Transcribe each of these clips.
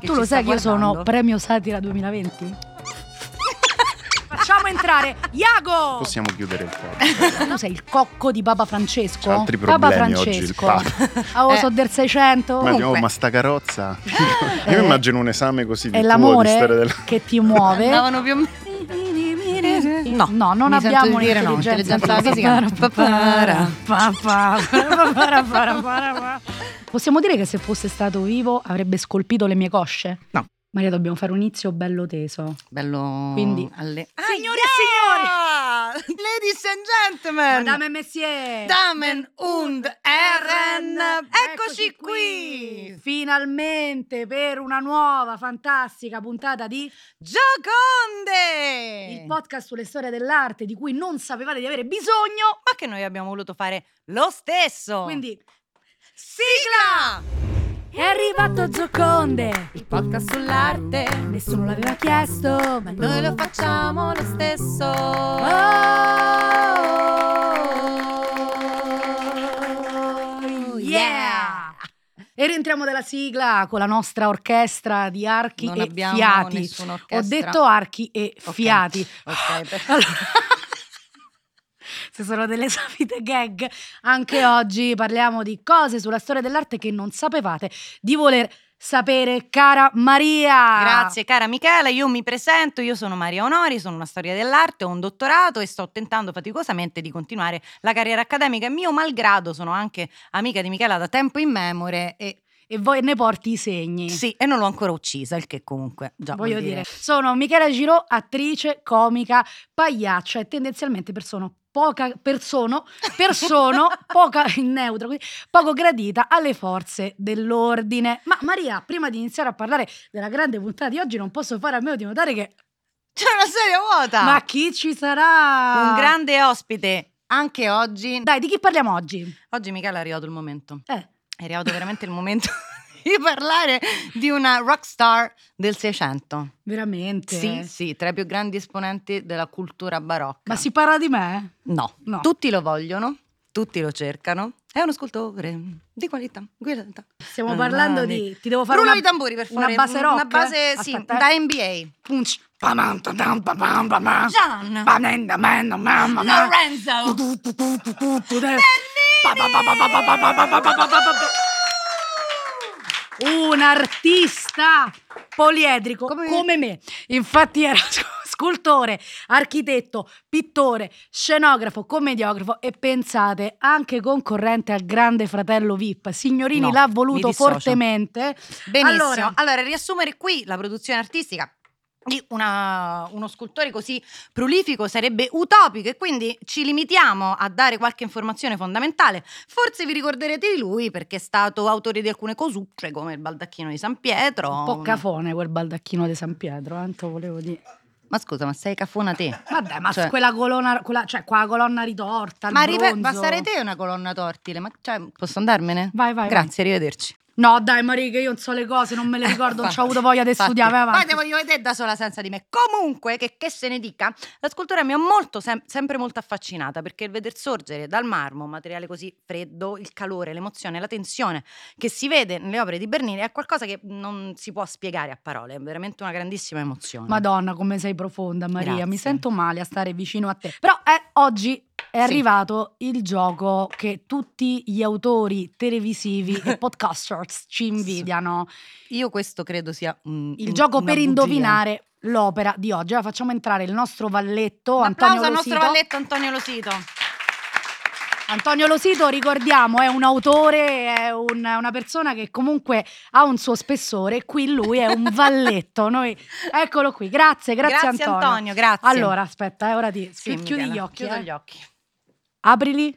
Tu lo sai che io sono premio Satira 2020? Facciamo entrare Iago! Possiamo chiudere il podcast. Tu sei il cocco di Papa Francesco? C'ha altri Papa problemi oggi il Francesco. Papa. So del 600. Ma sta carrozza. Io mi immagino un esame così di È tuo, l'amore di storia che ti muove. Andavano più o meno. No, non mi abbiamo sento di dire no, un'intelligenza fisica. Possiamo dire che se fosse stato vivo avrebbe scolpito le mie cosce? No. Maria, dobbiamo fare un inizio bello teso. Bello. Quindi, alle... signori e signori, ladies and gentlemen, Madame e Messieurs, Damen und Herren, eccoci qui. Finalmente per una nuova fantastica puntata di Gioconde, il podcast sulle storie dell'arte di cui non sapevate di avere bisogno, ma che noi abbiamo voluto fare lo stesso. quindi sigla! è arrivato Gioconde, Il podcast sull'arte, nessuno l'aveva chiesto, ma noi lo facciamo lo stesso. Oh, yeah! E rientriamo dalla sigla con la nostra orchestra di archi Non e abbiamo fiati. nessuna Ho orchestra. detto archi e Ok. fiati. Ok, Allora, se sono delle solite gag, anche oggi parliamo di cose sulla storia dell'arte che non sapevate di voler sapere, cara Maria. Grazie cara Michela, io mi presento, io sono Maria Onori, sono una storia dell'arte, ho un dottorato e sto tentando faticosamente di continuare la carriera accademica. Mio malgrado sono anche amica di Michela da tempo immemore e voi ne porti i segni. sì, e non l'ho ancora uccisa, il che comunque già Voglio vuol dire, sono Michela Giraud, attrice, comica, pagliaccia e tendenzialmente persona poca in neutro, quindi poco gradita alle forze dell'ordine. Ma Maria, prima di iniziare a parlare della grande puntata di oggi, non posso fare a meno di notare che c'è una sedia vuota. ma chi ci sarà? Un grande ospite anche oggi. Dai, di chi parliamo oggi? Oggi Michela è arrivato il momento. Eh. È arrivato veramente il momento di parlare di una rockstar del 600. Veramente? Sì, tra i più grandi esponenti della cultura barocca. Ma si parla di me? No, tutti lo vogliono, tutti lo cercano. È uno scultore di qualità. Stiamo parlando di... Ti devo fare Rullo una, di tamburi per favore. una base rock? Una base, sì, Aspetta, da NBA. Punch. Gian Lorenzo un artista poliedrico come me. Infatti era scultore, architetto, pittore, scenografo, commediografo e pensate anche concorrente al Grande Fratello VIP. Signorini No, l'ha mi voluto dissocio. fortemente. Benissimo. Allora, riassumere qui la produzione artistica di uno scultore così prolifico sarebbe utopico e quindi ci limitiamo a dare qualche informazione fondamentale. Forse vi ricorderete di lui perché è stato autore di alcune cosucce come il baldacchino di San Pietro. Un po' cafone quel baldacchino di San Pietro, te volevo dire. Ma scusa, ma sei cafona te? Vabbè, ma Cioè- quella colonna, qua la colonna ritorta, il Ma bronzo. sarei te una colonna tortile, ma posso andarmene? Vai. Grazie, arrivederci. No, dai, Maria, che io non so le cose, non me le ricordo, non c'ho avuto voglia di Infatti, studiare. Vai avanti. Poi te voglio vedere da sola senza di me. Comunque, che se ne dica, la scultura mi ha sempre molto affascinata perché il veder sorgere dal marmo un materiale così freddo, il calore, l'emozione, la tensione che si vede nelle opere di Bernini è qualcosa che non si può spiegare a parole, è veramente una grandissima emozione. Madonna, come sei profonda, Maria. Grazie. Mi sento male a stare vicino a te. Però oggi è arrivato il gioco che tutti gli autori televisivi e podcasters ci invidiano. Io questo credo sia Il gioco una per bugia. indovinare l'opera di oggi. Ora facciamo entrare il nostro valletto, Un Antonio applauso al Losito. nostro valletto Antonio Losito. Antonio Losito, ricordiamo, è un autore, è una persona che comunque ha un suo spessore. Qui lui è un valletto. Eccolo qui, grazie Antonio. Grazie. Allora, aspetta, ora Sì, chiudi Michela, gli occhi. chiudo gli occhi. Aprili.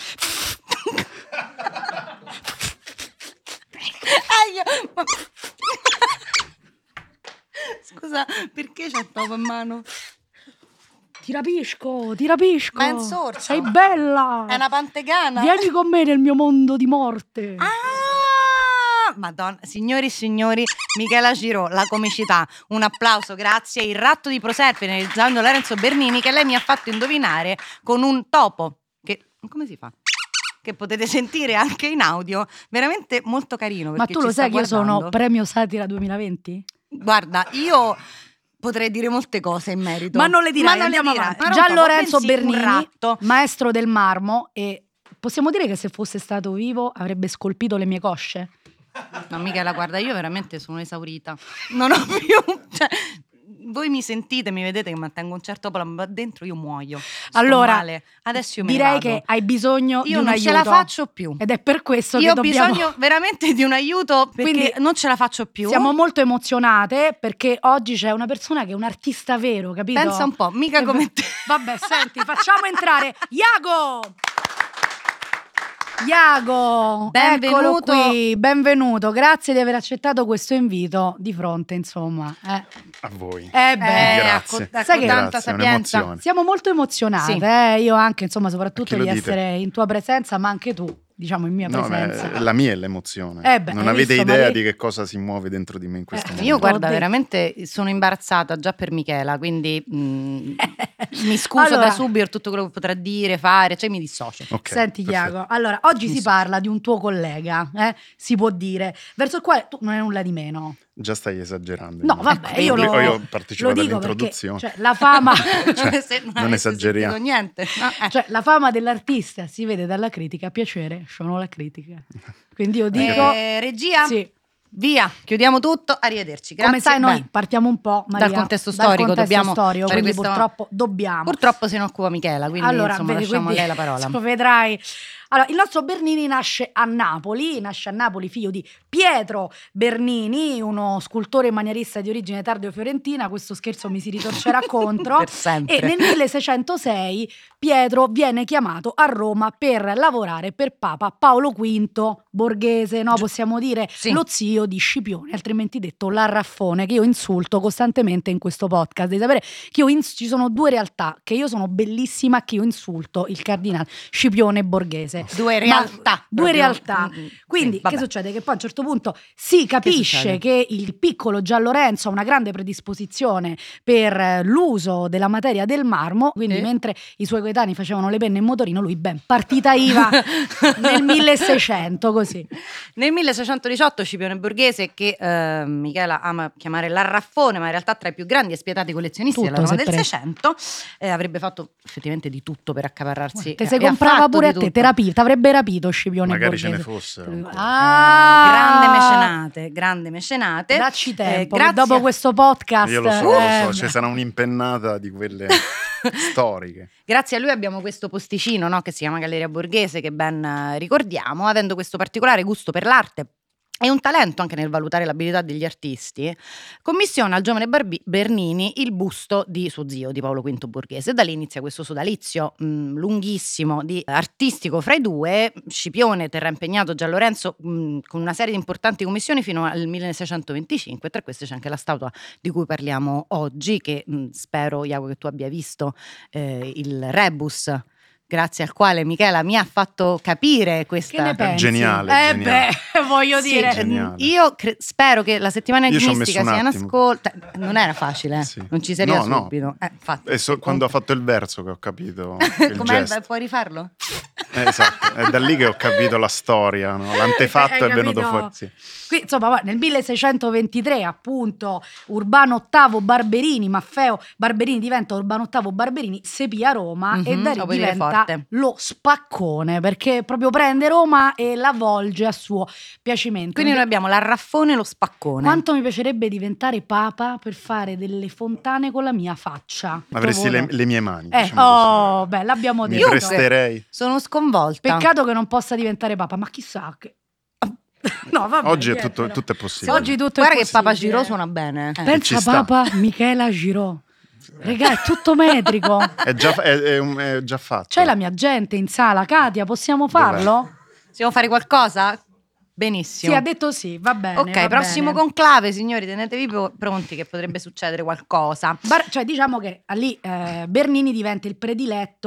Scusa, perché c'è il topo in mano? Ti rapisco. Ma è un sorcio. Sei bella. È una pantegana. Vieni con me nel mio mondo di morte. Madonna, signori e signori, Michela Giraud, la comicità. Un applauso, grazie. Il ratto di Proserpine, realizzando Lorenzo Bernini, che lei mi ha fatto indovinare con un topo. Che come si fa? che potete sentire anche in audio, veramente molto carino. Ma tu lo sai che io sono premio Satira 2020? Guarda, io potrei dire molte cose in merito. Ma non le dirai, andiamo avanti. Gian Lorenzo Bernini, maestro del marmo, e possiamo dire che se fosse stato vivo avrebbe scolpito le mie cosce? No, Michela, guarda, io veramente sono esaurita. Non ho più... Cioè, voi mi sentite, mi vedete che mantengo un certo palo, ma dentro io muoio. Allora, male. Adesso io me direi ne vado. che hai bisogno di un aiuto. Io non ce la faccio più. Ed è per questo io che ho bisogno veramente di un aiuto, perché quindi non ce la faccio più. Siamo molto emozionate perché oggi c'è una persona che è un artista vero, capito? Pensa un po', mica come te. Vabbè, senti, facciamo entrare Iago! Iago, eccolo qui, benvenuto, grazie di aver accettato questo invito di fronte, insomma. A voi. Grazie. Sai che tanta sapienza. Siamo molto emozionate, sì. Io anche, insomma, soprattutto di dite? essere in tua presenza, ma anche tu, diciamo, in mia presenza. La mia è l'emozione. Non avete idea di che cosa si muove dentro di me in questo momento. Io, guarda, veramente sono imbarazzata già per Michela, quindi mi scuso da subito per tutto quello che potrà dire, fare, cioè mi dissocio. Okay, senti Iago, allora oggi si parla di un tuo collega, si può dire, verso il quale tu non hai nulla di meno. Già stai esagerando. No, vabbè, io partecipo lo dico all'introduzione. perché, cioè, la fama non esageriamo. Niente. Cioè, la fama dell'artista si vede dalla critica, piacere, sono la critica. Quindi io dico regia? Sì. Via, chiudiamo tutto, arrivederci. Grazie. Come sai, noi partiamo un po', Maria, dal contesto storico, dobbiamo quindi questo... purtroppo dobbiamo. Purtroppo se ne occupa Michela, quindi allora, insomma lasciamo a lei la parola. Vedrai. Allora, il nostro Bernini nasce a Napoli, figlio di Pietro Bernini, uno scultore manierista di origine tardo-fiorentina. Questo scherzo mi si ritorcerà contro. Per sempre. E nel 1606 Pietro viene chiamato a Roma per lavorare per Papa Paolo V Borghese, no? Possiamo dire lo zio di Scipione, altrimenti detto l'arraffone, che io insulto costantemente in questo podcast. Devi sapere che ci sono due realtà, che io sono bellissima, che io insulto il cardinale Scipione Borghese. Due realtà. Due realtà. Quindi che succede? Che poi a un certo punto si capisce che il piccolo Gian Lorenzo ha una grande predisposizione per l'uso della materia del marmo, quindi mentre i suoi coetanei facevano le penne in motorino, lui partita IVA nel 1600, così. Nel 1618 Scipione Borghese, che Michela ama chiamare l'arraffone, ma in realtà tra i più grandi e spietati collezionisti della Roma del Seicento, avrebbe fatto effettivamente di tutto per accaparrarsi. Te se comprava pure a te, t'avrebbe rapito Scipione magari Borghese. Ce ne fosse. Grande mecenate. Dacci tempo, dopo questo podcast. Io lo so, ci sarà un'impennata di quelle storiche. Grazie a lui abbiamo questo posticino, no, che si chiama Galleria Borghese, che ben ricordiamo, avendo questo particolare gusto per l'arte e un talento anche nel valutare l'abilità degli artisti, commissiona al giovane Bernini il busto di suo zio, di Paolo V Borghese. Da lì inizia questo sodalizio lunghissimo di artistico fra i due. Scipione terrà impegnato Gian Lorenzo con una serie di importanti commissioni fino al 1625. Tra queste c'è anche la statua di cui parliamo oggi, che spero, Iago, che tu abbia visto, il rebus, grazie al quale Michela mi ha fatto capire questa... Che ne pensi? Geniale. Voglio dire, geniale. Io spero che la settimana enigmistica sia in ascolto. Non era facile, non ci sei arrivato subito. Quando ha fatto il verso che ho capito il gesto. Puoi rifarlo? Esatto, è da lì che ho capito la storia, no? L'antefatto è venuto fuori. Sì. Qui, insomma, nel 1623 appunto Urbano VIII Barberini, Maffeo Barberini diventa Urbano VIII Barberini, sepia Roma e da lì diventa lo spaccone, perché proprio prende Roma e la volge a suo piacimento. Quindi noi abbiamo l'arraffone e lo spaccone. Quanto mi piacerebbe diventare papa per fare delle fontane con la mia faccia. Avresti le mie mani. Diciamo beh, l'abbiamo detto. Mi presterei. Sono sconvolta. Peccato che non possa diventare papa, ma chissà che... No, vabbè, oggi è tutto è possibile. Oggi tutto Guarda è che Papa Giraud suona bene. Pensa Papa Michela Giraud. Regà, è tutto metrico. È già fatto. C'è la mia gente in sala, Katia, possiamo farlo? Possiamo fare qualcosa? Benissimo. Sì, ha detto sì, va bene. Ok, prossimo conclave, signori, tenetevi pronti che potrebbe succedere qualcosa. Cioè, diciamo che lì Bernini diventa il prediletto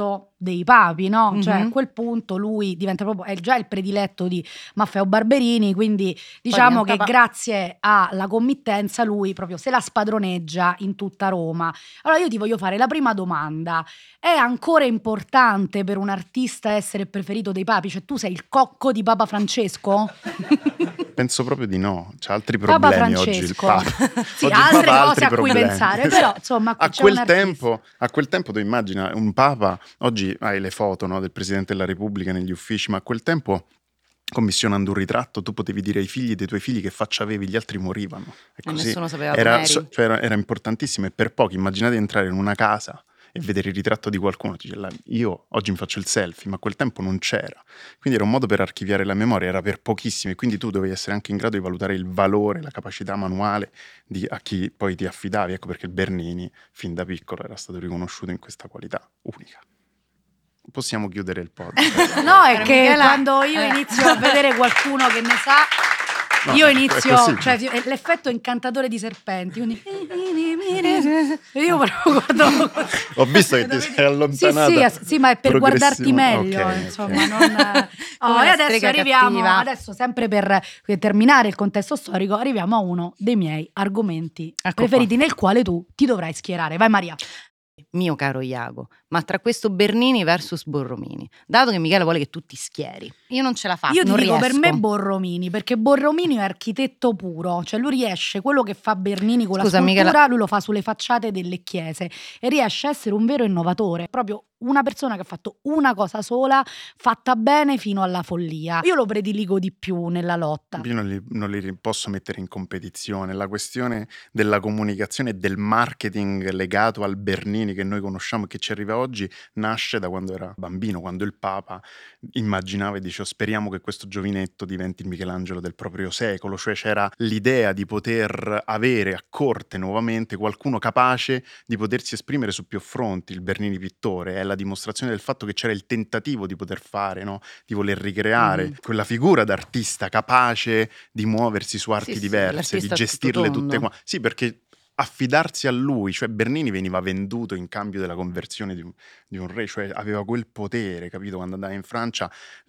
dei papi, no? Cioè Mhm. a quel punto lui diventa proprio, è già il prediletto di Maffeo Barberini, quindi diciamo che diventa grazie alla committenza lui proprio se la spadroneggia in tutta Roma. Allora io ti voglio fare la prima domanda: è ancora importante per un artista essere preferito dei papi? Cioè tu sei il cocco di Papa Francesco? Penso proprio di no, c'ha altri Papa problemi oggi il Francesco. Papa. Sì, Oggi il altre Papa ha cose altri a cui problemi. pensare, però insomma qui A c'è quel, un artista. a quel tempo tu immagina un Papa, oggi hai le foto, no, del Presidente della Repubblica negli uffici, ma a quel tempo commissionando un ritratto tu potevi dire ai figli dei tuoi figli che faccia avevi, gli altri morivano. E E così nessuno sapeva era, com'eri. cioè era importantissimo, e per pochi immaginate entrare in una casa e vedere il ritratto di qualcuno, dice, io oggi mi faccio il selfie, ma a quel tempo non c'era, quindi era un modo per archiviare la memoria, era per pochissimi, quindi tu dovevi essere anche in grado di valutare il valore, la capacità manuale a chi poi ti affidavi. Ecco perché il Bernini fin da piccolo era stato riconosciuto in questa qualità unica. Possiamo chiudere il podcast. No, è Però che Michela- quando io inizio a vedere qualcuno che ne sa, No, io è inizio, così. cioè è l'effetto incantatore di serpenti, quindi e io proprio guardo così. Ho visto che ti sei allontanata. Sì, ma è per guardarti meglio, Ok, insomma, ok. non... Oh, Come e la adesso strega arriviamo, cattiva. adesso sempre per terminare il contesto storico, arriviamo a uno dei miei argomenti Ecco preferiti nel quale tu ti dovrai schierare. Vai Maria. Mio caro Iago, ma tra questo Bernini versus Borromini, dato che Michele vuole che tu ti schieri, io non ce la faccio, Io ti non dico riesco. per me Borromini, perché Borromini è architetto puro, cioè lui riesce, quello che fa Bernini con Scusa, la scultura, Michela- lui lo fa sulle facciate delle chiese e riesce a essere un vero innovatore, proprio una persona che ha fatto una cosa sola, fatta bene fino alla follia. Io lo prediligo di più nella lotta. Io non li posso mettere in competizione. La questione della comunicazione e del marketing legato al Bernini che noi conosciamo e che ci arriva oggi nasce da quando era bambino, quando il Papa immaginava e diceva speriamo che questo giovinetto diventi il Michelangelo del proprio secolo, cioè c'era l'idea di poter avere a corte nuovamente qualcuno capace di potersi esprimere su più fronti. Il Bernini pittore è la dimostrazione del fatto che c'era il tentativo di poter fare, no? Di voler ricreare quella figura d'artista capace di muoversi su arti Sì, diverse, di l'artista a tutto gestirle tutte tondo. quante. Sì, perché affidarsi a lui, cioè Bernini veniva venduto in cambio della conversione di un re, cioè aveva quel potere, capito? Quando andava in Francia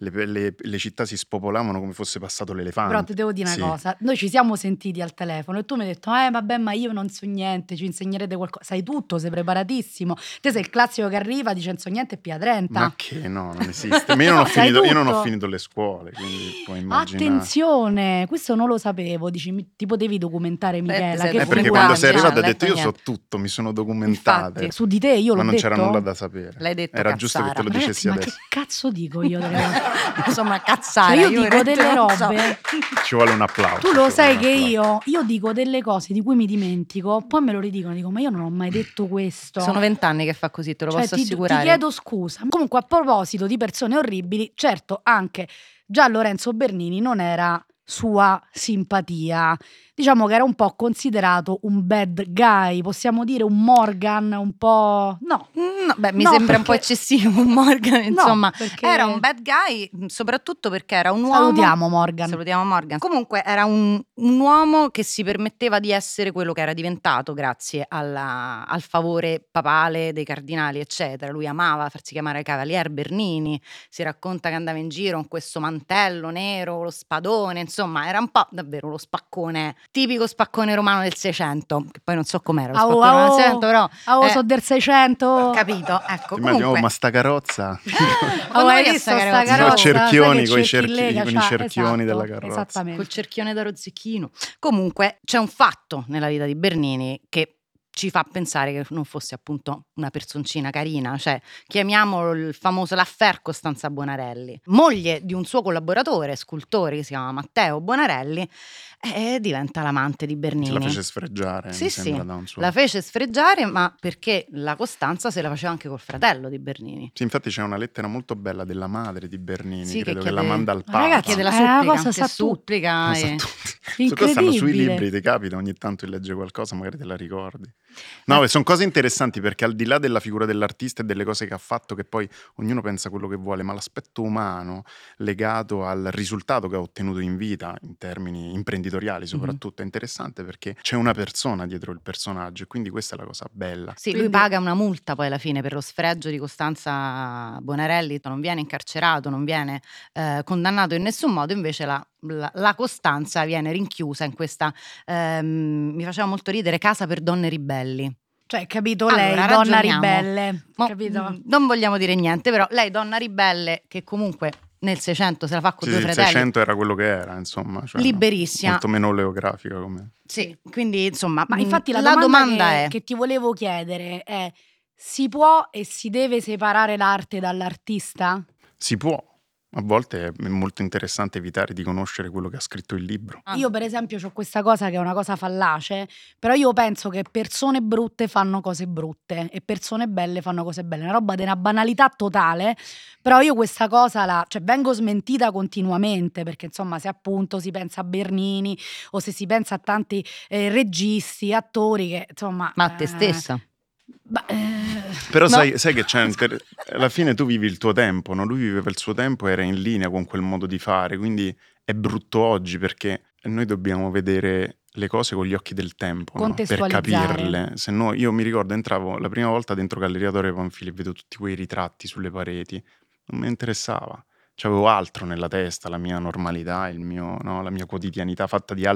le città si spopolavano come fosse passato l'elefante. Però ti devo dire Sì. una cosa, noi ci siamo sentiti al telefono e tu mi hai detto vabbè ma io non so niente, ci insegnerete qualcosa, sai tutto, sei preparatissimo, te sei il classico che arriva, dice non so niente e pia 30. Ma che no, non esiste. Ma io non, No, ho sai finito, io non tutto. ho finito le scuole, quindi puoi immaginare. Attenzione, questo non lo sapevo, dici ti potevi documentare Michela, sei che Perché figura, quando non sei ci arrivato ha ho detto letto io so niente. tutto, mi sono documentate. Infatti. su di te io Ma l'ho non detto. c'era nulla da sapere. L'hai detto Era giusto che te lo Ragazzi, dicessi ma adesso. che cazzo dico io delle cose? Insomma, Cioè, cazzare. io dico veramente delle non so. robe. Ci vuole un applauso. Tu lo ci sai vuole un che applauso. io dico delle cose di cui mi dimentico, poi me lo ridicono, dico ma io non ho mai detto questo. Sono 20 anni che fa così, te lo Cioè, posso ti assicurare. chiedo scusa. Comunque, a proposito di persone orribili, certo, anche già Lorenzo Bernini non era sua simpatia. Diciamo che era un po' considerato un bad guy, possiamo dire un Morgan, un po'... No. No, beh, mi No, sembra un po' perché- eccessivo Morgan, insomma. perché- Era un bad guy, soprattutto perché era un uomo... Salutiamo Morgan. Salutiamo Morgan. Comunque era un uomo che si permetteva di essere quello che era diventato grazie al favore papale dei cardinali, eccetera. Lui amava farsi chiamare Cavalier Bernini, si racconta che andava in giro con questo mantello nero, lo spadone, insomma, era un po' davvero lo spaccone, tipico spaccone romano del 600, che poi non so com'era lo spaccone romano del 600, però... so del 600. Ho capito, ecco, Ti immagini, comunque... ma sta carrozza. Quando hai vedi visto sta sta carrozza? carrozza? No, cerchioni, Sai che coi cerchi in Lega con i c'ha? cerchioni Esatto, della carrozza. Esattamente. Col cerchione da Rozzichino. Comunque c'è un fatto nella vita di Bernini che ci fa pensare che non fosse appunto una personcina carina, cioè chiamiamolo il famoso l'affair Costanza Bonarelli, moglie di un suo collaboratore, scultore che si chiama Matteo Bonarelli, e diventa l'amante di Ce Bernini. la fece sfregiare, Sì, mi sì, sembra, da un suo... la fece sfregiare, ma perché la Costanza se la faceva anche col fratello di Bernini. Sì, infatti c'è una lettera molto bella della madre di Bernini, Sì, credo, che che la chiede- manda al Ma Papa. ragazzi, Chiede la è una supplica, cosa che sa tutto. supplica Lo sa e- tutti. Su questo stanno sui Incredibile. libri, ti capita ogni tanto di leggere qualcosa, magari te la ricordi. No, sono cose interessanti perché al di là della figura dell'artista e delle cose che ha fatto, che poi ognuno pensa quello che vuole, ma l'aspetto umano legato al risultato che ha ottenuto in vita, in termini imprenditoriali soprattutto, è interessante perché c'è una persona dietro il personaggio e quindi questa è la cosa bella. Sì, lui Quindi- paga una multa poi alla fine per lo sfregio di Costanza Bonarelli, non viene incarcerato, non viene condannato in nessun modo, invece la Costanza viene rinchiusa in questa, mi faceva molto ridere, casa per donne ribelli. Cioè, capito, Allora, lei, donna ragioniamo. ribelle, Mo, capito? non vogliamo dire niente, però lei donna ribelle che comunque nel 600 se la fa con Sì, due sì, il fratelli, 600 era quello che era, insomma, cioè, liberissima. molto meno oleografica come. Sì, quindi insomma, Ma infatti la domanda che ti volevo chiedere è: si può e si deve separare l'arte dall'artista? Si può. A volte è molto interessante evitare di conoscere quello che ha scritto il libro. Io per esempio ho questa cosa che è una cosa fallace, però io penso che persone brutte fanno cose brutte e persone belle fanno cose belle, una roba di una banalità totale, però io questa cosa cioè vengo smentita continuamente, perché insomma se appunto si pensa a Bernini o se si pensa a tanti registi, attori che insomma... Ma a te stessa. Però No. sai che c'è, alla fine tu vivi il tuo tempo, no? Lui viveva il suo tempo, era in linea con quel modo di fare, quindi è brutto oggi perché noi dobbiamo vedere le cose con gli occhi del tempo, no? Per Contestualizzare. capirle. Se no, io mi ricordo, entravo la prima volta dentro Galleria Torre Panfili e vedo tutti quei ritratti sulle pareti, non mi interessava. C'avevo altro nella testa, la mia normalità, no? La mia quotidianità fatta di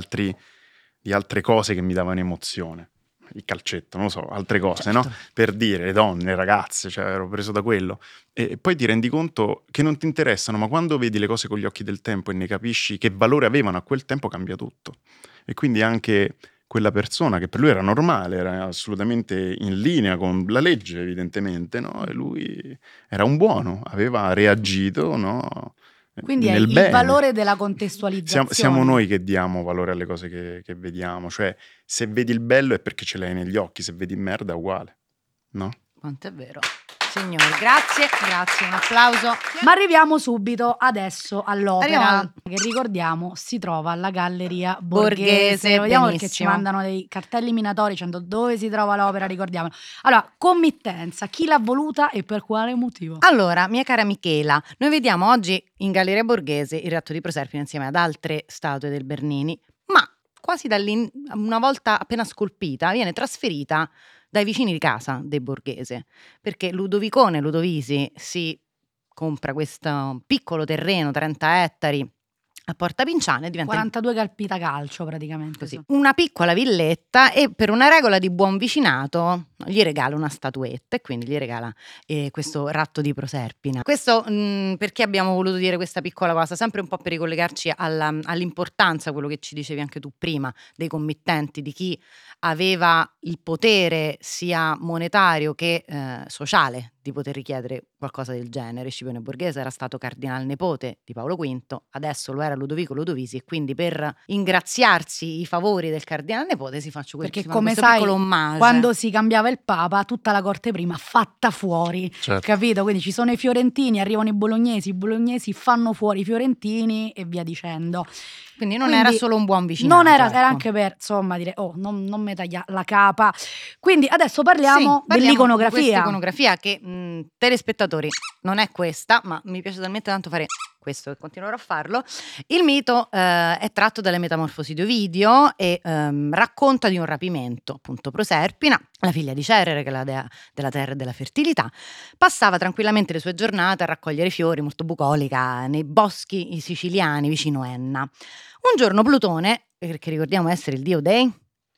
altre cose che mi davano emozione. Il calcetto, non lo so, altre cose, no? Per dire, le donne, le ragazze, cioè ero preso da quello. E poi ti rendi conto che non ti interessano, ma quando vedi le cose con gli occhi del tempo e ne capisci che valore avevano a quel tempo, cambia tutto. E quindi anche quella persona che per lui era normale, era assolutamente in linea con la legge, evidentemente, no? E lui era un buono, aveva reagito, no? Quindi è Nel il bene. valore della contestualizzazione. Siamo noi che diamo valore alle cose che vediamo, cioè se vedi il bello è perché ce l'hai negli occhi, se vedi merda è uguale, no? Quanto è vero. Signori, grazie, un applauso. Ma arriviamo subito adesso all'opera, Arriviamo che ricordiamo si trova alla Galleria Borghese, Borghese. Vediamo perché ci benissimo. mandano dei cartelli minatori dicendo dove si trova l'opera, ricordiamolo. Allora, committenza, chi l'ha voluta e per quale motivo? Allora, mia cara Michela, noi vediamo oggi in Galleria Borghese il Ratto di Proserpine insieme ad altre statue del Bernini, ma quasi una volta appena scolpita viene trasferita dai vicini di casa dei Borghese, perché Ludovicone Ludovisi si compra questo piccolo terreno, 30 ettari, a Porta Pinciana e diventa 42 calpita calcio praticamente. così, una piccola villetta, e per una regola di buon vicinato gli regala una statuetta e quindi gli regala questo ratto di Proserpina. Questo perché abbiamo voluto dire questa piccola cosa? Sempre un po' per ricollegarci all'importanza, quello che ci dicevi anche tu prima, dei committenti, di chi aveva il potere sia monetario che sociale di poter richiedere qualcosa del genere. Scipione Borghese era stato cardinal nipote di Paolo V, adesso lo era Ludovico Ludovisi, e quindi per ingraziarsi i favori del cardinal nipote si faccio Perché questo come piccolo sai, omaggio. quando si cambiava il papa, tutta la corte prima fatta fuori, Certo. capito? Quindi ci sono i fiorentini, arrivano i bolognesi fanno fuori i fiorentini e via dicendo. Quindi non Quindi era solo un buon vicinato. Non era, ecco. era anche per, insomma, dire, oh, non mi taglia la capa. Quindi adesso parliamo, Sì, parliamo di dell'iconografia. questa iconografia che, telespettatori, non è questa, ma mi piace talmente tanto fare questo che continuerò a farlo. Il mito è tratto dalle Metamorfosi di Ovidio e racconta di un rapimento. Appunto, Proserpina, la figlia di Cerere, che è la dea della terra e della fertilità, passava tranquillamente le sue giornate a raccogliere fiori, molto bucolica, nei boschi siciliani vicino Enna. Un giorno Plutone, che ricordiamo essere il dio dei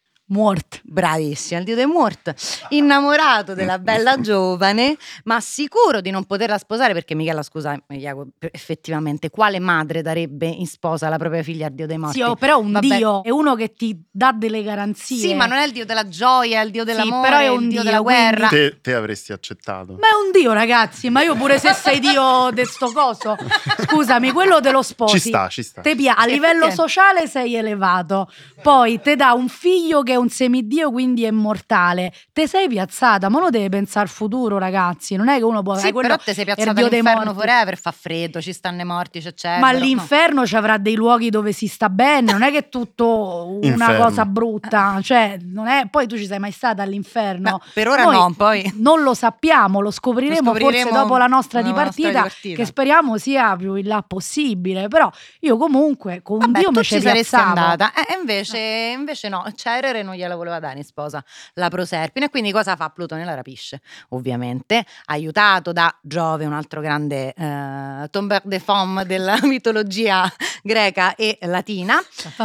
Mort. bravissima, il dio dei Mort, innamorato della bella giovane, ma sicuro di non poterla sposare, perché Michela, scusa, effettivamente quale madre darebbe in sposa la propria figlia al dio dei morti? Sì, oh, però un Vabbè. dio è uno che ti dà delle garanzie. Sì, ma non è il dio della gioia, è il dio dell'amore, però è è un il dio dio, della guerra. Te avresti accettato. Ma è un dio, ragazzi, ma io pure se sei dio de sto coso, scusami, quello te lo sposi. Ci sta. A livello effettivamente. sociale sei elevato, poi te dà un figlio che che è un semidio, quindi è mortale. Te sei piazzata, ma uno deve pensare al futuro, ragazzi. Non è che uno può. Sì, quello però te sei era piazzata Dio dei all'inferno morti. forever, fa freddo, ci stanno i morti, c'è Ma no. l'inferno ci avrà dei luoghi dove si sta bene, non è che è tutto una Inferno. cosa brutta, cioè non è. Poi tu ci sei mai stata all'inferno? Beh, per ora Noi no, poi non lo sappiamo, lo scopriremo forse dopo la nostra nella dipartita, che speriamo sia più in là possibile. Però io comunque con Vabbè, Dio tu mi ci ci saresti piazzavo. andata. Invece no, Cerere non gliela voleva dare in sposa la Proserpine. E quindi cosa fa? Plutone la rapisce, ovviamente, aiutato da Giove, un altro grande tombeur de femme della mitologia greca e latina.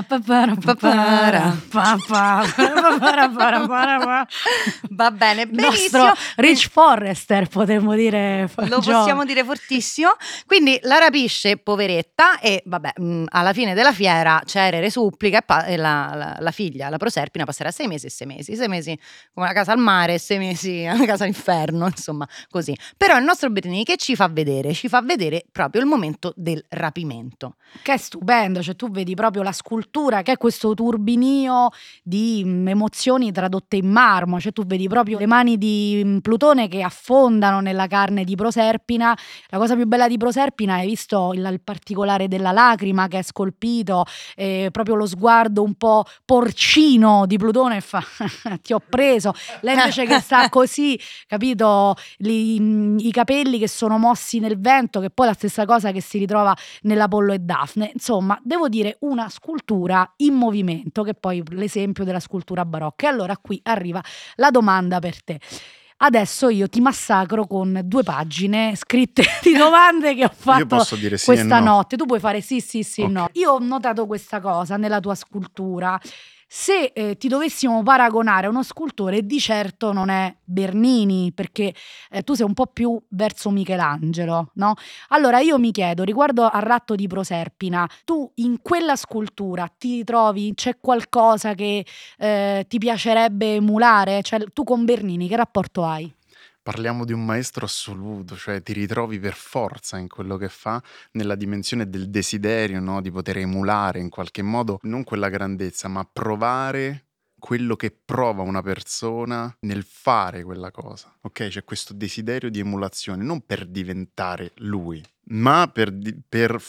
Va bene, Il benissimo. nostro Rich Forrester, potremmo dire. Lo possiamo dire fortissimo. Quindi la rapisce, poveretta, e vabbè, alla fine della fiera Cerere supplica e la figlia, la Proserpina, passerà 6 mesi e 6 mesi. 6 mesi come una casa al mare e 6 mesi una casa all'inferno, insomma, così. Però il nostro Bernini che ci fa vedere? Ci fa vedere proprio il momento del rapimento. Che è stupendo, cioè tu vedi proprio la scultura che è questo turbinio di emozioni tradotte in marmo, cioè tu vedi proprio le mani di Plutone che affondano nella carne di Proserpina. La cosa più bella di Proserpina, hai visto il particolare della lacrima che è scolpito, proprio lo sguardo un po' porcino di Plutone fa ti ho preso, lei invece che sta così, capito, i capelli che sono mossi nel vento, che poi è la stessa cosa che si ritrova nell'Apollo e Dafne. Insomma, devo dire una scultura in movimento, che è poi l'esempio della scultura barocca. E allora qui arriva la domanda per te. Adesso io ti massacro con 2 pagine scritte di domande che ho fatto Io posso dire sì questa e no. notte. Tu puoi fare sì, Ok. no. Io ho notato questa cosa nella tua scultura. Se ti dovessimo paragonare a uno scultore, di certo non è Bernini, perché tu sei un po' più verso Michelangelo, no? Allora io mi chiedo, riguardo al ratto di Proserpina, tu in quella scultura ti ritrovi, c'è qualcosa che ti piacerebbe emulare? Cioè tu con Bernini che rapporto hai? Parliamo di un maestro assoluto, cioè ti ritrovi per forza in quello che fa, nella dimensione del desiderio, no? Di poter emulare in qualche modo non quella grandezza, ma provare quello che prova una persona nel fare quella cosa. Ok? C'è questo desiderio di emulazione, non per diventare lui, ma per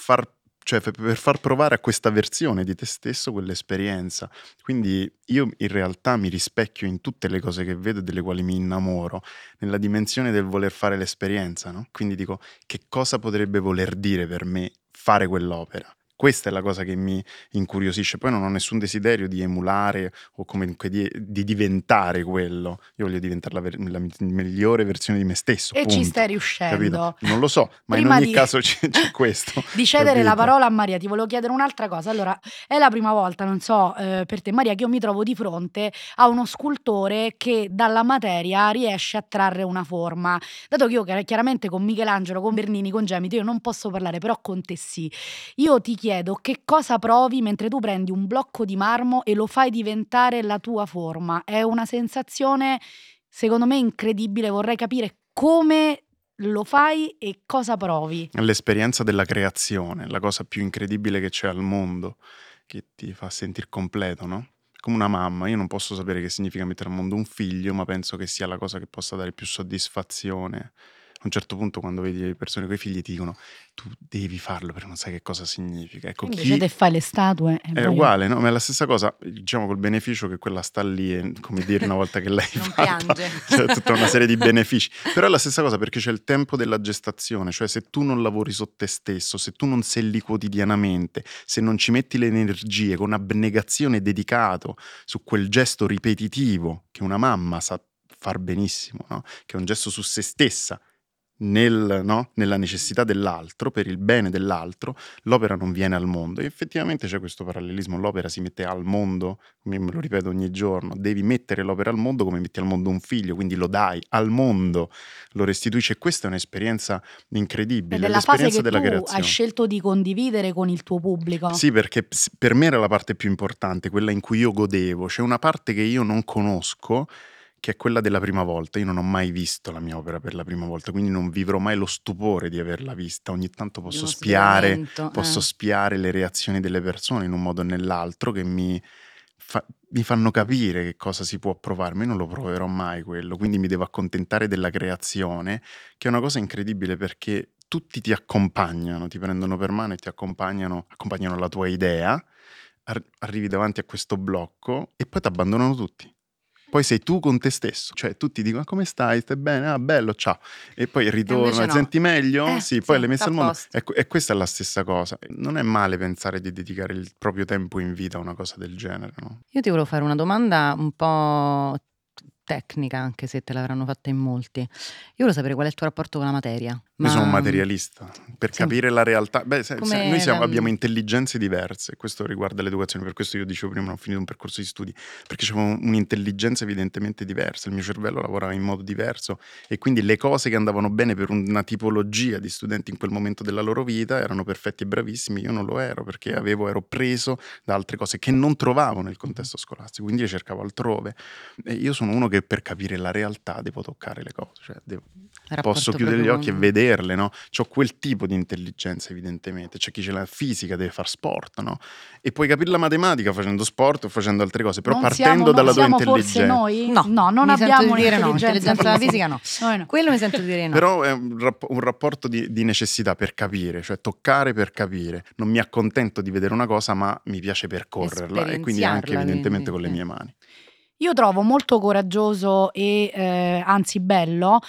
far provare a questa versione di te stesso quell'esperienza. Quindi io in realtà mi rispecchio in tutte le cose che vedo e delle quali mi innamoro, nella dimensione del voler fare l'esperienza, no? Quindi dico, che cosa potrebbe voler dire per me fare quell'opera? Questa è la cosa che mi incuriosisce. Poi non ho nessun desiderio di emulare o comunque di diventare quello. Io voglio diventare la migliore versione di me stesso. E ci punto. stai riuscendo. Capito? Non lo so, ma Prima in ogni di- caso c'è questo. Di cedere la capito? parola a Maria, ti volevo chiedere un'altra cosa. Allora, è la prima volta, non so per te Maria, che io mi trovo di fronte a uno scultore che dalla materia riesce a trarre una forma. Dato che io chiaramente con Michelangelo, con Bernini, con Gemiti, io non posso parlare, però con te sì. Io ti chiedo che cosa provi mentre tu prendi un blocco di marmo e lo fai diventare la tua forma. È una sensazione, secondo me, incredibile. Vorrei capire come lo fai e cosa provi. L'esperienza della creazione, la cosa più incredibile che c'è al mondo, che ti fa sentire completo, no? Come una mamma, io non posso sapere che significa mettere al mondo un figlio, ma penso che sia la cosa che possa dare più soddisfazione. A un certo punto, quando vedi le persone con i figli, ti dicono tu devi farlo perché non sai che cosa significa. Ecco, Invece te fai le statue. è uguale, no? Ma è la stessa cosa, diciamo, col beneficio che quella sta lì e, come dire, una volta che l'hai Non fatta, piange. c'è tutta una serie di benefici. Però è la stessa cosa perché c'è il tempo della gestazione, cioè se tu non lavori su te stesso, se tu non sei lì quotidianamente, se non ci metti le energie con abnegazione dedicato su quel gesto ripetitivo che una mamma sa far benissimo, no? Che è un gesto su se stessa, nella necessità dell'altro, per il bene dell'altro, l'opera non viene al mondo. E effettivamente c'è questo parallelismo, l'opera si mette al mondo, come me lo ripeto ogni giorno, devi mettere l'opera al mondo come metti al mondo un figlio, quindi lo dai al mondo, lo restituisci, e questa è un'esperienza incredibile, Ed è la fase l'esperienza che della tu hai creazione. scelto di condividere con il tuo pubblico. Sì, perché per me era la parte più importante, quella in cui io godevo. C'è una parte che io non conosco, che è quella della prima volta. Io non ho mai visto la mia opera per la prima volta, quindi non vivrò mai lo stupore di averla vista. Ogni tanto Di posso uno spiare, svelamento, posso spiare le reazioni delle persone in un modo o nell'altro che mi mi fanno capire che cosa si può provare, ma io non lo proverò mai quello, quindi mi devo accontentare della creazione, che è una cosa incredibile perché tutti ti accompagnano, ti prendono per mano e ti accompagnano alla tua idea, arrivi davanti a questo blocco e poi ti abbandonano tutti. Poi sei tu con te stesso, cioè tutti dicono come stai, stai bene, ah bello, ciao, e poi ritorno, no. senti meglio? Sì, poi sì, l'hai messa sta al a mondo. posto. E questa è la stessa cosa. Non è male pensare di dedicare il proprio tempo in vita a una cosa del genere, no? Io ti volevo fare una domanda un po' tecnica, anche se te l'avranno fatta in molti. Io volevo sapere qual è il tuo rapporto con la materia. Io sono un materialista, per sì. capire la realtà. Beh, Come noi abbiamo intelligenze diverse, questo riguarda l'educazione, per questo io dicevo prima, non ho finito un percorso di studi, perché c'è un'intelligenza evidentemente diversa, il mio cervello lavorava in modo diverso e quindi le cose che andavano bene per una tipologia di studenti in quel momento della loro vita erano perfetti e bravissimi, io non lo ero perché ero preso da altre cose che non trovavo nel contesto scolastico, quindi le cercavo altrove. E io sono uno che per capire la realtà devo toccare le cose, cioè posso chiudere gli occhi e vederle, no? C'ho quel tipo di intelligenza evidentemente, c'è chi ce l'ha fisica, deve fare sport, no? E puoi capire la matematica facendo sport o facendo altre cose, però partendo dalla tua intelligenza. Forse noi? No, non mi abbiamo sento di dire no, un'intelligenza fisica no. No. Quello mi sento di dire no. Però è un rapporto di necessità per capire, cioè toccare per capire. Non mi accontento di vedere una cosa, ma mi piace percorrerla e quindi anche evidentemente con le mie mani. Io trovo molto coraggioso e anzi bello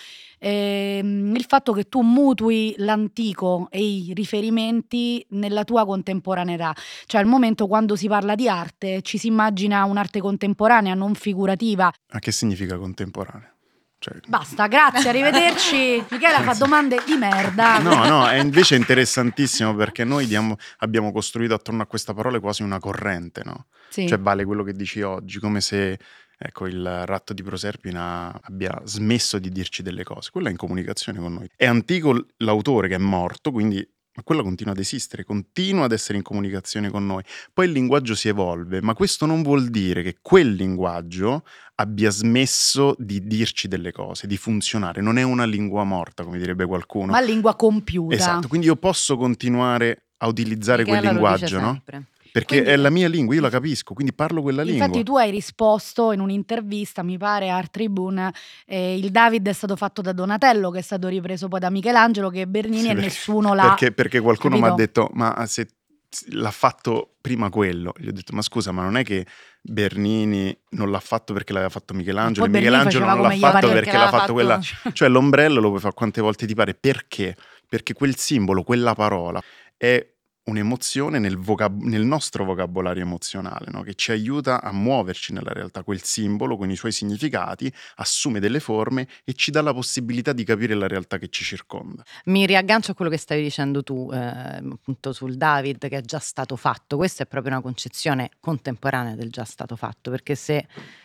il fatto che tu mutui l'antico e i riferimenti nella tua contemporaneità. Cioè al momento quando si parla di arte ci si immagina un'arte contemporanea, non figurativa. Ma che significa contemporanea? Cioè... Basta, grazie, arrivederci. Michela fa domande di merda. No, è invece interessantissimo perché noi abbiamo costruito attorno a questa parola quasi una corrente, no? Sì. Cioè vale quello che dici oggi, come se il ratto di Proserpina abbia smesso di dirci delle cose. Quello è in comunicazione con noi. È antico l'autore che è morto, quindi ma quello continua ad esistere, continua ad essere in comunicazione con noi. Poi il linguaggio si evolve, ma questo non vuol dire che quel linguaggio abbia smesso di dirci delle cose, di funzionare. Non è una lingua morta, come direbbe qualcuno. Ma lingua compiuta. Esatto, quindi io posso continuare a utilizzare quel linguaggio, no? Perché quindi, è la mia lingua, io la capisco, quindi parlo quella lingua. Infatti tu hai risposto in un'intervista, mi pare, a Art Tribune, il David è stato fatto da Donatello, che è stato ripreso poi da Michelangelo, che è Bernini, Sì, e nessuno l'ha... Perché qualcuno mi ha capito? detto, ma se l'ha fatto prima quello, gli ho detto, ma scusa, ma non è che Bernini non l'ha fatto perché l'aveva fatto Michelangelo, e Michelangelo non l'ha fatto perché l'ha fatto quella... Cioè l'ombrello lo puoi fare quante volte ti pare, perché? Perché quel simbolo, quella parola è un'emozione nel nostro vocabolario emozionale, no? Che ci aiuta a muoverci nella realtà. Quel simbolo con i suoi significati assume delle forme e ci dà la possibilità di capire la realtà che ci circonda. Mi riaggancio a quello che stavi dicendo tu, appunto sul David, che è già stato fatto. Questa è proprio una concezione contemporanea del già stato fatto, perché se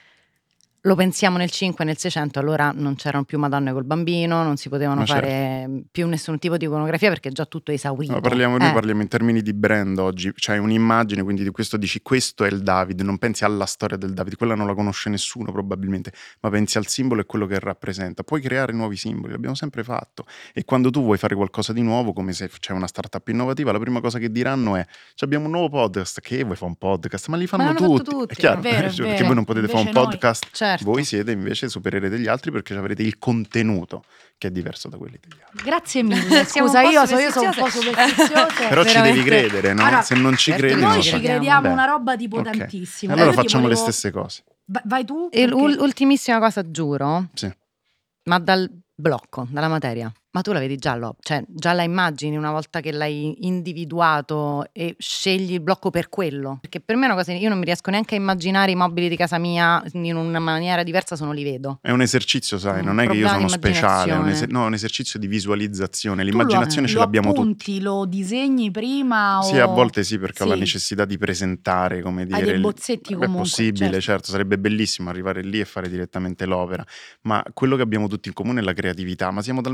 lo pensiamo nel 5 e nel 600, allora non c'erano più Madonne col bambino, non si potevano fare più nessun tipo di iconografia perché già tutto è esaurito. No, noi parliamo in termini di brand oggi, c'hai un'immagine, quindi di questo dici questo è il David, non pensi alla storia del David, quella non la conosce nessuno probabilmente, ma pensi al simbolo e quello che rappresenta. Puoi creare nuovi simboli, l'abbiamo sempre fatto, e quando tu vuoi fare qualcosa di nuovo, come se c'è una startup innovativa, la prima cosa che diranno è abbiamo un nuovo podcast, che vuoi fare un podcast? Ma li fanno tutti. È chiaro, perché voi non potete fare un podcast. Certo. Voi siete invece superiori degli altri perché avrete il contenuto che è diverso da quelli degli altri. Grazie mille. Scusa, io sono un po' superstiziosa. Però ci devi credere, no? Allora, se non ci credi, noi non ci crediamo una roba tipo tantissimo. Allora facciamo le stesse cose. Vai tu. E ultimissima cosa, giuro. Sì. Ma dal blocco, dalla materia. Ma tu la vedi già, cioè già la immagini una volta che l'hai individuato e scegli il blocco per quello? Perché per me è una cosa, io non mi riesco neanche a immaginare i mobili di casa mia in una maniera diversa se non li vedo. È un esercizio, sai, non è che io sono speciale, è un esercizio di visualizzazione. L'immaginazione ce l'abbiamo tutti. Lo disegni prima? Sì, a volte sì, perché ho la necessità di presentare, come dire. Hai dei bozzetti comunque. È possibile, certo, sarebbe bellissimo arrivare lì e fare direttamente l'opera, ma quello che abbiamo tutti in comune è la creatività, ma siamo talmente presi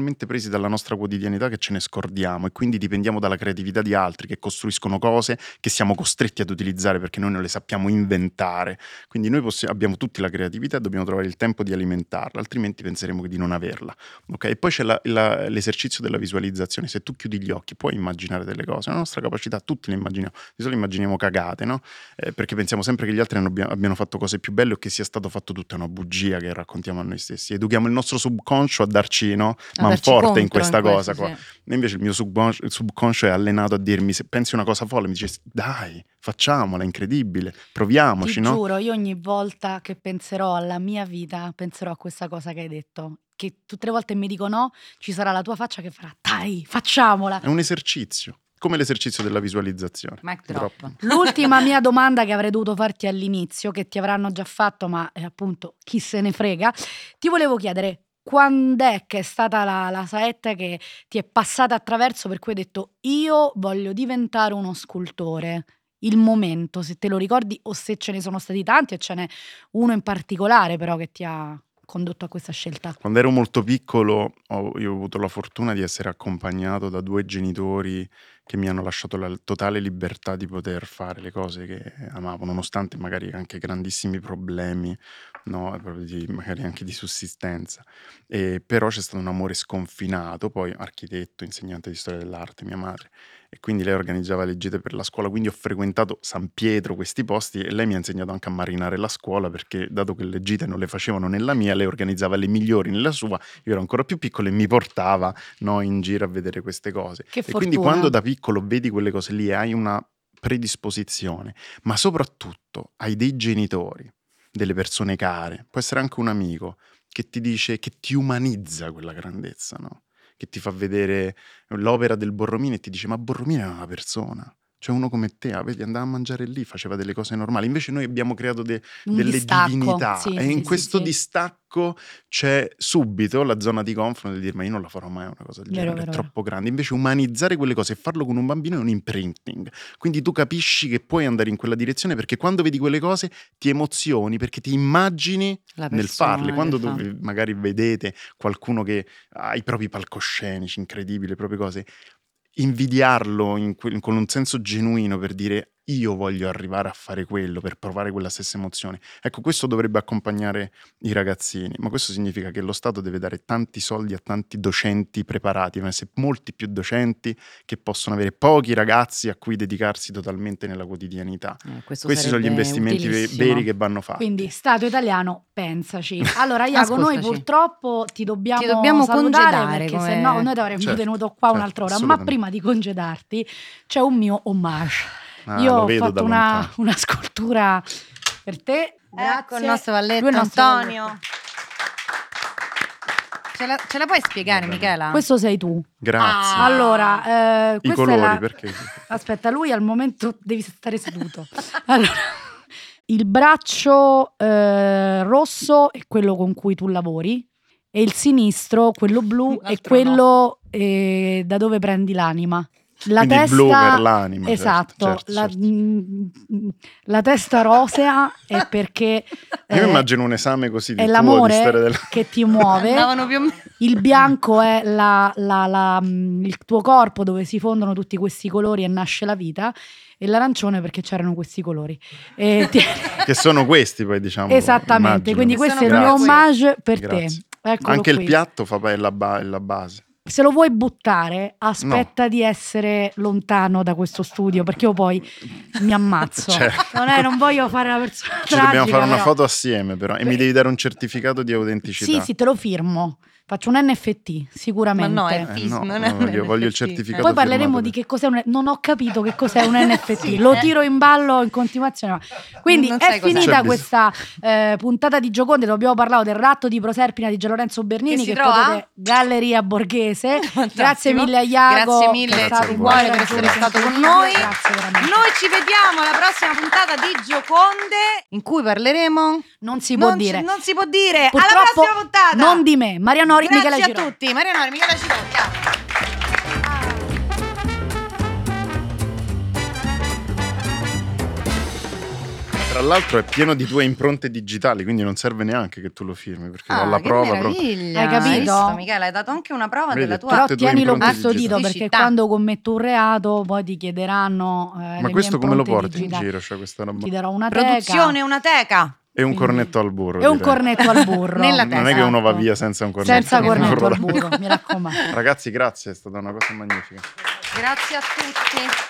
dalla nostra quotidianità che ce ne scordiamo e quindi dipendiamo dalla creatività di altri che costruiscono cose che siamo costretti ad utilizzare perché noi non le sappiamo inventare. Quindi noi abbiamo tutti la creatività e dobbiamo trovare il tempo di alimentarla, altrimenti penseremo di non averla. Okay? E poi c'è l'esercizio della visualizzazione. Se tu chiudi gli occhi puoi immaginare delle cose, la nostra capacità tutti le immaginiamo, di solito immaginiamo cagate, no? Perché pensiamo sempre che gli altri abbiano fatto cose più belle o che sia stato fatto tutta una bugia che raccontiamo a noi stessi. Educhiamo il nostro subconscio a darci manforte in questa cosa qua. Sì. E invece il mio subconscio è allenato a dirmi, se pensi una cosa folle mi dice dai, facciamola, è incredibile, proviamoci. Ti no? giuro, io ogni volta che penserò alla mia vita penserò a questa cosa che hai detto, che tutte le volte mi dico no, ci sarà la tua faccia che farà dai, facciamola. È un esercizio, come l'esercizio della visualizzazione. Mic drop. L'ultima mia domanda che avrei dovuto farti all'inizio, che ti avranno già fatto, ma appunto chi se ne frega, ti volevo chiedere quando è che è stata la saetta che ti è passata attraverso per cui hai detto io voglio diventare uno scultore. Il momento, se te lo ricordi o se ce ne sono stati tanti e ce n'è uno in particolare però che ti ha condotto a questa scelta. Quando ero molto piccolo io ho avuto la fortuna di essere accompagnato da 2 genitori che mi hanno lasciato la totale libertà di poter fare le cose che amavo, nonostante magari anche grandissimi problemi, no? Proprio magari anche di sussistenza. Però c'è stato un amore sconfinato, poi architetto, insegnante di storia dell'arte, mia madre, e quindi lei organizzava le gite per la scuola, quindi ho frequentato San Pietro, questi posti, e lei mi ha insegnato anche a marinare la scuola, perché dato che le gite non le facevano nella mia, lei organizzava le migliori nella sua, io ero ancora più piccolo e mi portava, no, in giro a vedere queste cose. Che E quindi fortuna. quando da piccolo vedi quelle cose lì hai una predisposizione, ma soprattutto hai dei genitori, delle persone care, può essere anche un amico che ti dice, che ti umanizza quella grandezza, no? Che ti fa vedere l'opera del Borromini e ti dice ma Borromini è una persona, cioè uno come te, vedi, andava a mangiare lì, faceva delle cose normali, invece noi abbiamo creato Un delle distacco, divinità, sì, e sì, in sì, questo sì. distacco c'è subito la zona di comfort di dire ma io non la farò mai una cosa del Vero, genere, vero, è troppo grande. Invece umanizzare quelle cose e farlo con un bambino è un imprinting, quindi tu capisci che puoi andare in quella direzione perché quando vedi quelle cose ti emozioni perché ti immagini La nel persona farle. che Quando fa. magari vedete qualcuno che ha i propri palcoscenici incredibili, le proprie cose, invidiarlo con un senso genuino per dire io voglio arrivare a fare quello, per provare quella stessa emozione. Ecco, questo dovrebbe accompagnare i ragazzini, ma questo significa che lo Stato deve dare tanti soldi a tanti docenti preparati, ma se molti più docenti che possono avere pochi ragazzi a cui dedicarsi totalmente nella quotidianità. Questo Questi sono gli sarebbe investimenti utilissimo. veri che vanno fatti. Quindi Stato italiano, pensaci. Allora Iago, noi Ascoltaci. purtroppo ti dobbiamo congedare, salutare perché come- sennò noi ti avremmo Certo, tenuto qua certo, un'altra ora, ma assolutamente. prima di congedarti c'è un mio homage. Ah, Io lo ho vedo fatto da lontano. una scultura per te. Ecco il Grazie. nostro Valletto, Lui è il nostro Antonio. Valletto. Ce la puoi spiegare, Va bene. Michela? Questo sei tu. Grazie. Ah. Allora, I questa colori, è la... perché? Aspetta, lui al momento devi stare seduto. Allora, il braccio rosso è quello con cui tu lavori e il sinistro, quello blu, è L'altro quello da dove prendi l'anima. La Quindi testa, blu per l'anima, certo, esatto, certo, certo. La testa rosea è perché Io immagino un esame così di è tuo, l'amore di storia della... che ti muove. Andavano più o meno. Il bianco è il tuo corpo dove si fondono tutti questi colori e nasce la vita, e l'arancione perché c'erano questi colori. che sono questi poi, diciamo. Esattamente, immagino. quindi Che questo è il sono mio questi. homage per Grazie. te. Eccolo Anche qui. il piatto è la base. Se lo vuoi buttare, aspetta di essere lontano da questo studio, perché io poi mi ammazzo. Certo. Non voglio fare la persona Ci dobbiamo tragica, fare una però. foto assieme però, e mi devi dare un certificato di autenticità. Sì, te lo firmo. Faccio un NFT, sicuramente. Ma no, è no, FISM, non no, è un io voglio il NFT. certificato. Poi parleremo firmato di per- che cos'è non ho capito che cos'è un NFT, lo tiro in ballo in continuazione. Quindi Non è sai cos'è. finita C'è questa puntata di Gioconde dove abbiamo parlato del ratto di Proserpina di Gianlorenzo Bernini, Che si che trova? potete Galleria Borghese. Fantastico. Grazie mille a Iago, Grazie mille che è stato di un cuore buon per essere raggiungere stato con sempre. noi. Grazie veramente. Noi ci vediamo alla prossima puntata di Gioconde, in cui parleremo. Non si può dire. Non si può dire. Alla Purtroppo prossima puntata. non di me, Maria Nori, Grazie Michela a Girò. tutti. Maria Nori, Michela Girò. Ciao. Tra l'altro è pieno di tue impronte digitali, quindi non serve neanche che tu lo firmi, perché Ah, alla che prova proprio. meraviglia. Hai capito? visto, Michele, hai dato anche una prova Vedi, della tutte tua Però tue tienilo impronte custodito, digitali. perché Felicità. quando commetto un reato poi ti chiederanno le Ma mie questo come lo impronte porti in digitali. giro? Cioè questa roba. Ti darò una teca produzione, una teca. E un quindi- cornetto al burro. e un direi. cornetto al burro. Nella Non è che uno va Esatto. via senza un cornetto Senza al cornetto burro. al burro, mi raccomando. Ragazzi, grazie, è stata una cosa magnifica. Grazie a tutti.